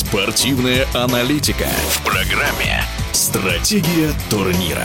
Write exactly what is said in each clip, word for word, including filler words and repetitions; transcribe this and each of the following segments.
Спортивная аналитика в программе «Стратегия турнира».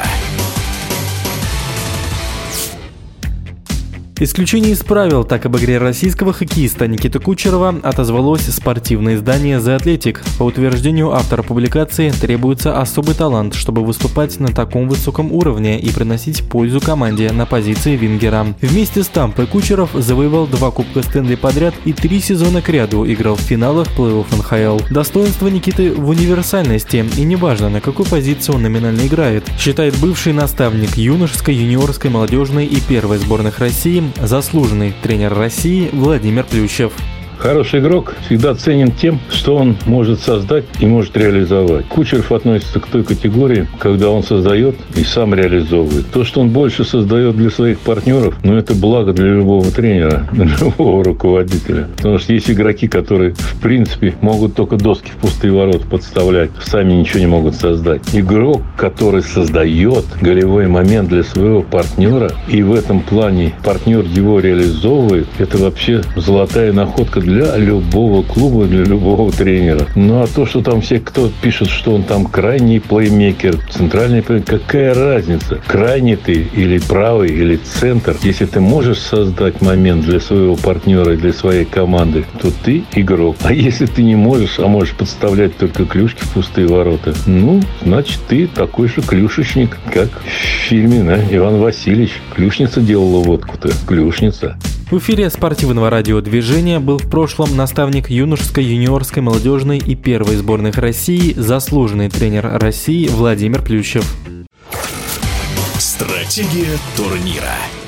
Исключение из правил, так об игре российского хоккеиста Никиты Кучерова отозвалось спортивное издание The Athletic. По утверждению автора публикации, требуется особый талант, чтобы выступать на таком высоком уровне и приносить пользу команде на позиции вингера. Вместе с Тампой Кучеров завоевал два Кубка Стэнли подряд и три сезона кряду играл в финалах плей-офф эн ха эл. Достоинство Никиты в универсальности, и неважно, на какой позиции он номинально играет, считает бывший наставник юношеской, юниорской, молодежной и первой сборных России, заслуженный тренер России Владимир Плющев. Хороший игрок всегда ценен тем, что он может создать и может реализовать. Кучеров относится к той категории, когда он создает и сам реализовывает. То, что он больше создает для своих партнеров, ну, это благо для любого тренера, для любого руководителя. Потому что есть игроки, которые, в принципе, могут только доски в пустые ворота подставлять, сами ничего не могут создать. Игрок, который создает голевой момент для своего партнера, и в этом плане партнер его реализовывает, это вообще золотая находка для для любого клуба, для любого тренера. Ну, а то, что там все, кто пишет, что он там крайний плеймейкер, центральный плеймейкер, какая разница? Крайний ты или правый, или центр. Если ты можешь создать момент для своего партнера и для своей команды, то ты игрок. А если ты не можешь, а можешь подставлять только клюшки в пустые ворота, ну, значит, ты такой же клюшечник, как в фильме, да? Иван Васильевич. Клюшница делала водку-то. Клюшница. В эфире спортивного радиодвижения был в прошлом наставник юношеской, юниорской, молодежной и первой сборных России, заслуженный тренер России Владимир Плющев. Стратегия турнира.